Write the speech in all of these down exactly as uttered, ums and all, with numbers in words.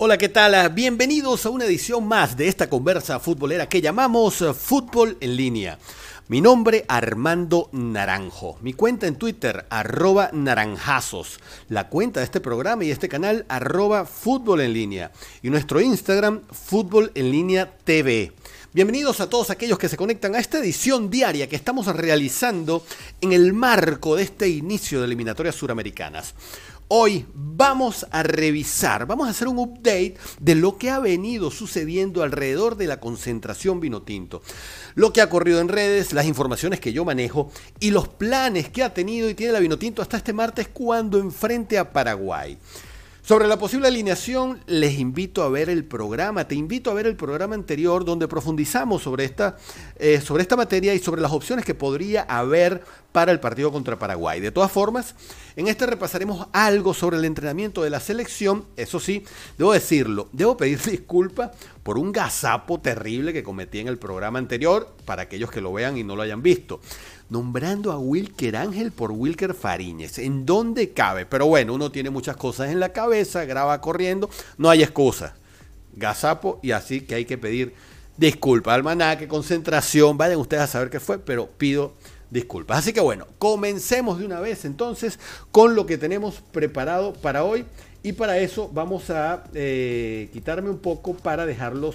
Hola, ¿qué tal? Bienvenidos a una edición más de esta conversa futbolera que llamamos Fútbol en Línea. Mi nombre, Armando Naranjo. Mi cuenta en Twitter, arroba naranjazos. La cuenta de este programa y este canal, arroba Fútbol en Línea. Y nuestro Instagram, Fútbol en Línea T V. Bienvenidos a todos aquellos que se conectan a esta edición diaria que estamos realizando en el marco de este inicio de eliminatorias suramericanas. Hoy vamos a revisar, vamos a hacer un update de lo que ha venido sucediendo alrededor de la concentración Vinotinto. Lo que ha corrido en redes, las informaciones que yo manejo y los planes que ha tenido y tiene la Vinotinto hasta este martes cuando enfrente a Paraguay. Sobre la posible alineación, les invito a ver el programa, te invito a ver el programa anterior donde profundizamos sobre esta, eh, sobre esta materia y sobre las opciones que podría haber para el partido contra Paraguay. De todas formas, en este repasaremos algo sobre el entrenamiento de la selección. Eso sí, debo decirlo, debo pedir disculpas por un gazapo terrible que cometí en el programa anterior, para aquellos que lo vean y no lo hayan visto. Nombrando a Wilker Ángel por Wilker Fariñez. ¿En dónde cabe? Pero bueno, uno tiene muchas cosas en la cabeza, graba corriendo, no hay excusa. Gazapo, y así que hay que pedir disculpas. Almanaque, concentración, vayan ustedes a saber qué fue, pero pido disculpas. Así que bueno, comencemos de una vez entonces con lo que tenemos preparado para hoy. Y para eso vamos a eh, quitarme un poco para dejarlos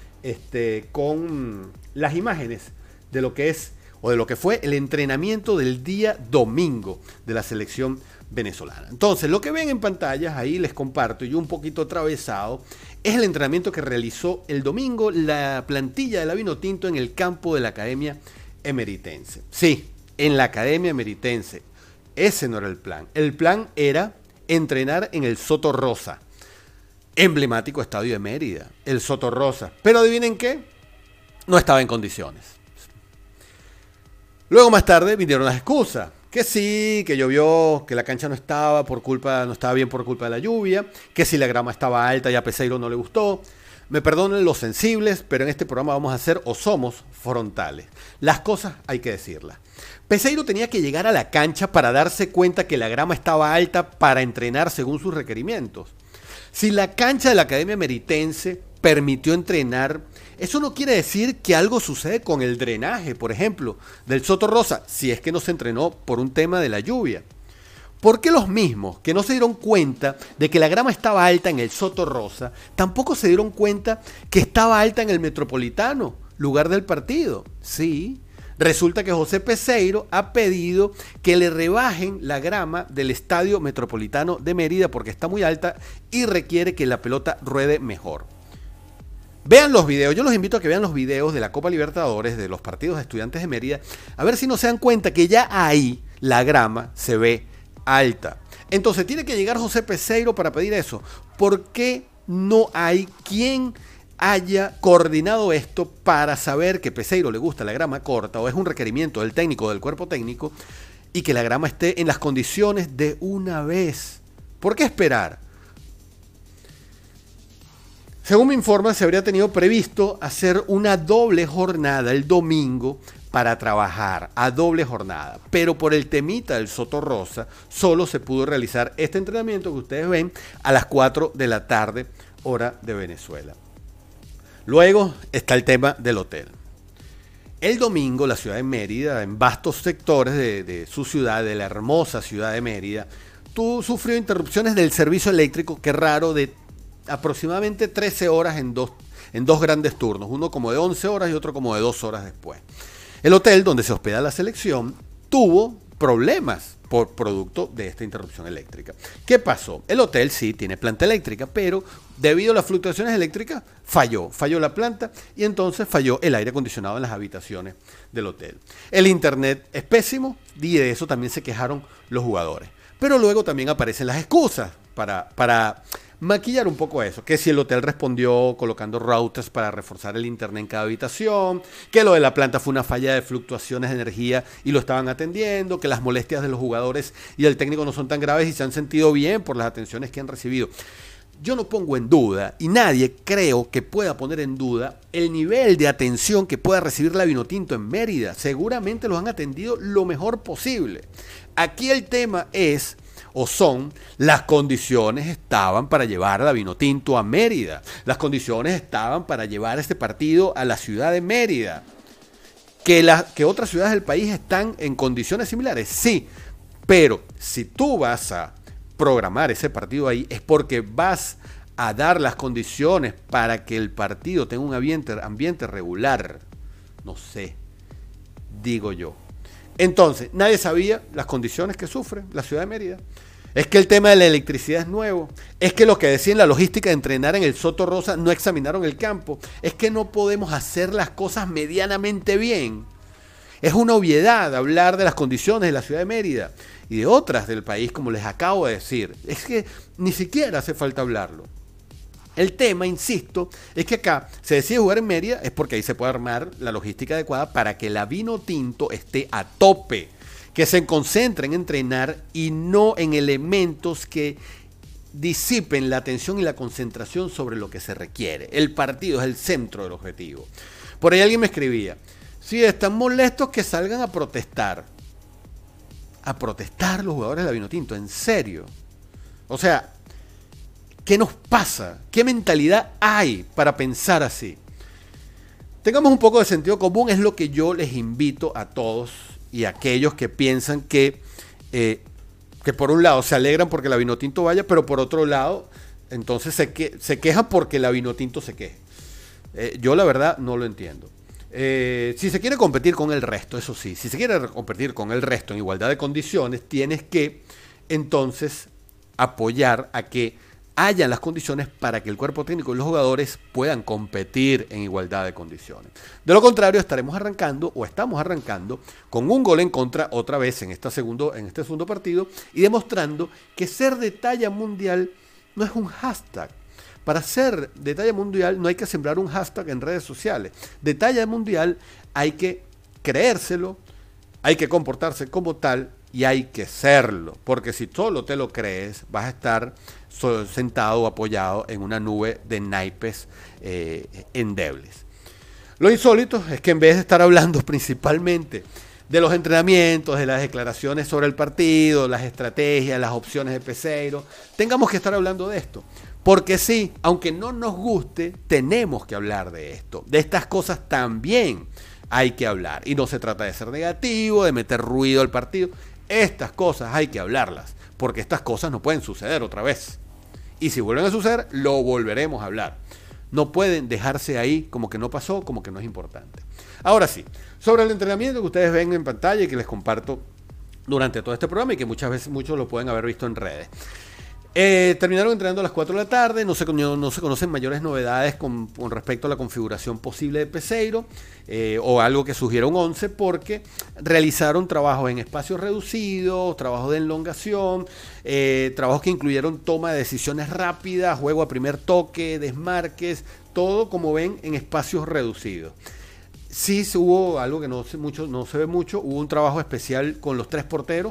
este, con las imágenes de lo que es o de lo que fue el entrenamiento del día domingo de la selección venezolana. Entonces, lo que ven en pantallas, ahí les comparto, y un poquito atravesado, es el entrenamiento que realizó el domingo la plantilla de la Vinotinto en el campo de la Academia Emeritense. Sí, en la Academia Emeritense. Ese no era el plan. El plan era entrenar en el Soto Rosa, emblemático estadio de Mérida, el Soto Rosa. Pero adivinen qué, no estaba en condiciones. Luego más tarde vinieron las excusas, que sí, que llovió, que la cancha no estaba por culpa, no estaba bien por culpa de la lluvia, que si la grama estaba alta y a Peseiro no le gustó. Me perdonen los sensibles, pero en este programa vamos a hacer o somos frontales. Las cosas hay que decirlas. Peseiro tenía que llegar a la cancha para darse cuenta que la grama estaba alta para entrenar según sus requerimientos. Si la cancha de la Academia Emeritense permitió entrenar, eso no quiere decir que algo sucede con el drenaje, por ejemplo, del Soto Rosa, si es que no se entrenó por un tema de la lluvia. ¿Por qué los mismos que no se dieron cuenta de que la grama estaba alta en el Soto Rosa, tampoco se dieron cuenta que estaba alta en el Metropolitano, lugar del partido? Sí, resulta que José Peseiro ha pedido que le rebajen la grama del Estadio Metropolitano de Mérida porque está muy alta y requiere que la pelota ruede mejor. Vean los videos, yo los invito a que vean los videos de la Copa Libertadores, de los partidos de Estudiantes de Mérida, a ver si no se dan cuenta que ya ahí la grama se ve alta. Entonces tiene que llegar José Peseiro para pedir eso. ¿Por qué no hay quien haya coordinado esto para saber que Peseiro le gusta la grama corta o es un requerimiento del técnico, del cuerpo técnico, y que la grama esté en las condiciones de una vez? ¿Por qué esperar? Según me informa, se habría tenido previsto hacer una doble jornada el domingo para trabajar a doble jornada, pero por el temita del Soto Rosa solo se pudo realizar este entrenamiento que ustedes ven a las cuatro de la tarde, hora de Venezuela. Luego está el tema del hotel. El domingo la ciudad de Mérida, en vastos sectores de, de su ciudad, de la hermosa ciudad de Mérida, tú, sufrió interrupciones del servicio eléctrico, que raro, de aproximadamente trece horas en dos, en dos grandes turnos, uno como de once horas y otro como de dos horas después. El hotel donde se hospeda la selección tuvo problemas por producto de esta interrupción eléctrica. ¿Qué pasó? El hotel sí tiene planta eléctrica, pero debido a las fluctuaciones eléctricas falló, falló la planta y entonces falló el aire acondicionado en las habitaciones del hotel. El internet es pésimo y de eso también se quejaron los jugadores. Pero luego también aparecen las excusas para... para maquillar un poco eso, que si el hotel respondió colocando routers para reforzar el internet en cada habitación, que lo de la planta fue una falla de fluctuaciones de energía y lo estaban atendiendo, que las molestias de los jugadores y del técnico no son tan graves y se han sentido bien por las atenciones que han recibido. Yo no pongo en duda, y nadie creo que pueda poner en duda, el nivel de atención que pueda recibir la Vinotinto en Mérida. Seguramente los han atendido lo mejor posible. Aquí el tema es o son, las condiciones estaban para llevar a la Vinotinto a Mérida. Las condiciones estaban para llevar este partido a la ciudad de Mérida. ¿Que, la, que otras ciudades del país están en condiciones similares? Sí, pero si tú vas a programar ese partido ahí es porque vas a dar las condiciones para que el partido tenga un ambiente, ambiente regular. No sé, digo yo. Entonces, nadie sabía las condiciones que sufre la ciudad de Mérida. Es que el tema de la electricidad es nuevo. Es que lo que decían la logística de entrenar en el Soto Rosa no examinaron el campo. Es que no podemos hacer las cosas medianamente bien. Es una obviedad hablar de las condiciones de la ciudad de Mérida y de otras del país, como les acabo de decir. Es que ni siquiera hace falta hablarlo. El tema, insisto, es que acá se decide jugar en Mérida es porque ahí se puede armar la logística adecuada para que la Vinotinto esté a tope, que se concentre en entrenar y no en elementos que disipen la atención y la concentración sobre lo que se requiere. El partido es el centro del objetivo. Por ahí alguien me escribía, si están molestos que salgan a protestar. A protestar los jugadores de la Vinotinto, en serio. O sea, ¿qué nos pasa? ¿Qué mentalidad hay para pensar así? Tengamos un poco de sentido común, es lo que yo les invito a todos y a aquellos que piensan que, eh, que por un lado se alegran porque la Vinotinto vaya, pero por otro lado, entonces se, que, se quejan porque la Vinotinto se queje. Eh, yo la verdad no lo entiendo. Eh, si se quiere competir con el resto, eso sí, si se quiere competir con el resto en igualdad de condiciones, tienes que entonces apoyar a que hayan las condiciones para que el cuerpo técnico y los jugadores puedan competir en igualdad de condiciones. De lo contrario, estaremos arrancando o estamos arrancando con un gol en contra otra vez en, esta segundo, en este segundo partido y demostrando que ser de talla mundial no es un hashtag. Para ser de talla mundial no hay que sembrar un hashtag en redes sociales. De talla mundial hay que creérselo, hay que comportarse como tal y hay que serlo. Porque si solo te lo crees, vas a estar sentado o apoyado en una nube de naipes eh, endebles. Lo insólito es que en vez de estar hablando principalmente de los entrenamientos, de las declaraciones sobre el partido, las estrategias, las opciones de Peseiro, tengamos que estar hablando de esto. Porque sí, aunque no nos guste, tenemos que hablar de esto. De estas cosas también hay que hablar. Y no se trata de ser negativo, de meter ruido al partido. Estas cosas hay que hablarlas, porque estas cosas no pueden suceder otra vez. Y si vuelven a suceder, lo volveremos a hablar. No pueden dejarse ahí como que no pasó, como que no es importante. Ahora sí, sobre el entrenamiento que ustedes ven en pantalla y que les comparto durante todo este programa y que muchas veces muchos lo pueden haber visto en redes. Eh, terminaron entrenando a las cuatro de la tarde, no se, no, no se conocen mayores novedades con, con respecto a la configuración posible de Peseiro eh, o algo que sugiera un once porque realizaron trabajos en espacios reducidos, trabajos de elongación, eh, trabajos que incluyeron toma de decisiones rápidas, juego a primer toque, desmarques, todo como ven en espacios reducidos. Sí hubo algo que no se, mucho, no se ve mucho, hubo un trabajo especial con los tres porteros.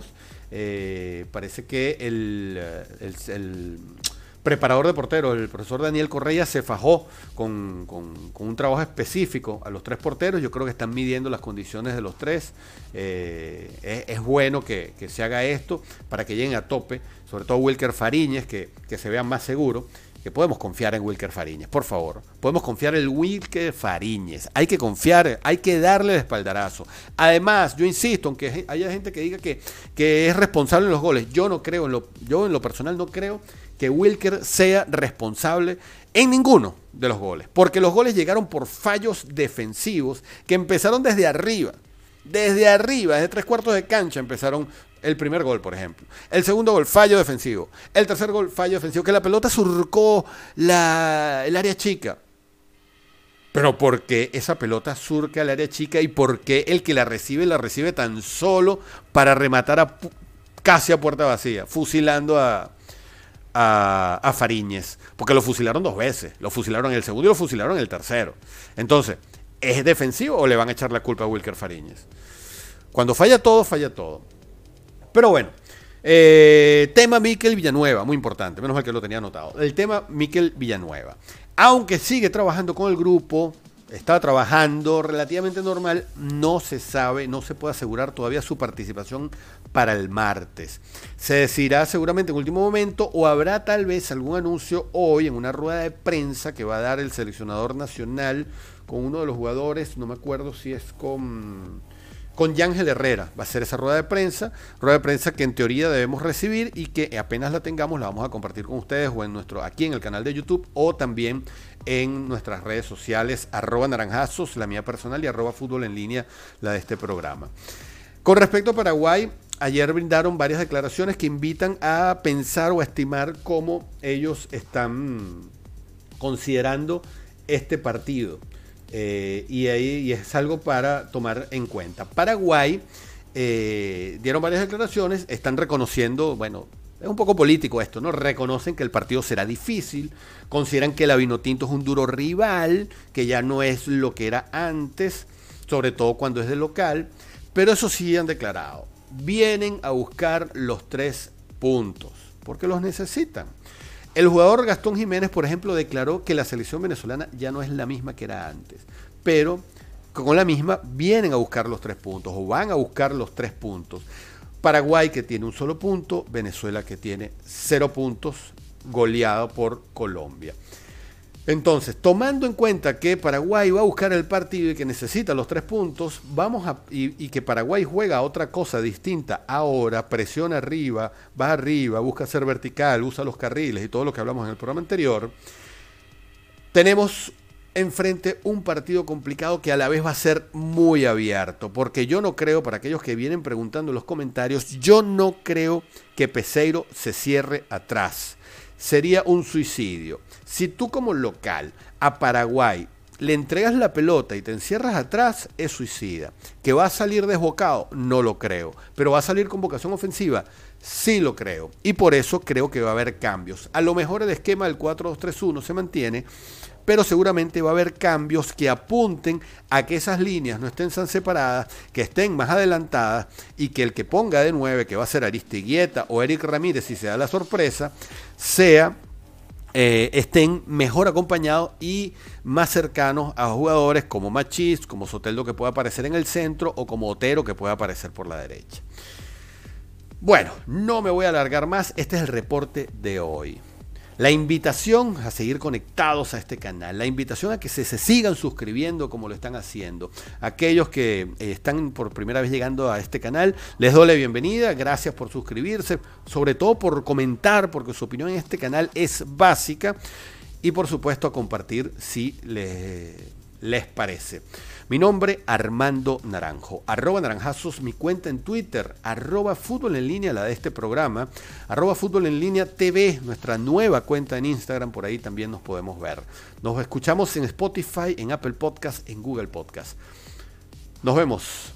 Eh, parece que el, el, el preparador de porteros, el profesor Daniel Correa, se fajó con, con, con un trabajo específico a los tres porteros. Yo creo que están midiendo las condiciones de los tres. Eh, es, es bueno que, que se haga esto para que lleguen a tope, sobre todo Wilker Fariñez, que, que se vean más seguros. Que podemos confiar en Wilker Fariñez, por favor. Podemos confiar en Wilker Fariñez. Hay que confiar, hay que darle el espaldarazo. Además, yo insisto, aunque haya gente que diga que, que es responsable en los goles, yo no creo, en lo, yo en lo personal no creo que Wilker sea responsable en ninguno de los goles. Porque los goles llegaron por fallos defensivos que empezaron desde arriba. Desde arriba, desde tres cuartos de cancha empezaron el primer gol, por ejemplo. El segundo gol, fallo defensivo. El tercer gol, fallo defensivo. Que la pelota surcó la, el área chica. Pero ¿por qué esa pelota surca el área chica? ¿Y por qué el que la recibe, la recibe tan solo para rematar a, casi a puerta vacía? Fusilando a, a, a Fariñez. Porque lo fusilaron dos veces. Lo fusilaron en el segundo y lo fusilaron en el tercero. Entonces, ¿es defensivo o le van a echar la culpa a Wilker Fariñez? Cuando falla todo, falla todo. Pero bueno, eh, tema Mikel Villanueva, muy importante, menos mal que lo tenía anotado. El tema Mikel Villanueva. Aunque sigue trabajando con el grupo, está trabajando relativamente normal, no se sabe, no se puede asegurar todavía su participación para el martes. Se decidirá seguramente en último momento o habrá tal vez algún anuncio hoy en una rueda de prensa que va a dar el seleccionador nacional con uno de los jugadores, no me acuerdo si es con, con Yángel Herrera. Va a ser esa rueda de prensa, rueda de prensa que en teoría debemos recibir y que apenas la tengamos la vamos a compartir con ustedes o en nuestro, aquí en el canal de YouTube o también en nuestras redes sociales, arroba naranjazos, la mía personal, y arroba fútbol en línea, la de este programa. Con respecto a Paraguay, ayer brindaron varias declaraciones que invitan a pensar o a estimar cómo ellos están considerando este partido. Eh, y ahí y es algo para tomar en cuenta. Paraguay eh, dieron varias declaraciones, están reconociendo, bueno, es un poco político esto, ¿no? Reconocen que el partido será difícil, consideran que la Vinotinto es un duro rival, que ya no es lo que era antes, sobre todo cuando es de local. Pero eso sí han declarado, vienen a buscar los tres puntos, porque los necesitan. El jugador Gastón Jiménez, por ejemplo, declaró que la selección venezolana ya no es la misma que era antes, pero con la misma vienen a buscar los tres puntos, o van a buscar los tres puntos. Paraguay, que tiene un solo punto, Venezuela, que tiene cero puntos, goleado por Colombia. Entonces, tomando en cuenta que Paraguay va a buscar el partido y que necesita los tres puntos, vamos a, y, y que Paraguay juega otra cosa distinta ahora, presiona arriba, va arriba, busca ser vertical, usa los carriles y todo lo que hablamos en el programa anterior, tenemos enfrente un partido complicado que a la vez va a ser muy abierto, porque yo no creo, para aquellos que vienen preguntando en los comentarios, yo no creo que Peseiro se cierre atrás. Sería un suicidio. Si tú como local a Paraguay le entregas la pelota y te encierras atrás, es suicida. ¿Que va a salir desbocado? No lo creo. ¿Pero va a salir con vocación ofensiva? Sí lo creo. Y por eso creo que va a haber cambios. A lo mejor el esquema del cuatro dos tres uno se mantiene, pero seguramente va a haber cambios que apunten a que esas líneas no estén tan separadas, que estén más adelantadas y que el que ponga de nueve, que va a ser Aristiguieta o Eric Ramírez si se da la sorpresa, sea, eh, estén mejor acompañados y más cercanos a jugadores como Machís, como Soteldo que pueda aparecer en el centro o como Otero que pueda aparecer por la derecha. Bueno, no me voy a alargar más, este es el reporte de hoy. La invitación a seguir conectados a este canal, la invitación a que se, se sigan suscribiendo como lo están haciendo. Aquellos que eh, están por primera vez llegando a este canal, les doy la bienvenida, gracias por suscribirse, sobre todo por comentar, porque su opinión en este canal es básica, y por supuesto a compartir si les, les parece. Mi nombre, Armando Naranjo, arroba naranjazos, mi cuenta en Twitter, arroba fútbol en línea, la de este programa, arroba fútbol en línea T V, nuestra nueva cuenta en Instagram, por ahí también nos podemos ver. Nos escuchamos en Spotify, en Apple Podcast, en Google Podcast. Nos vemos.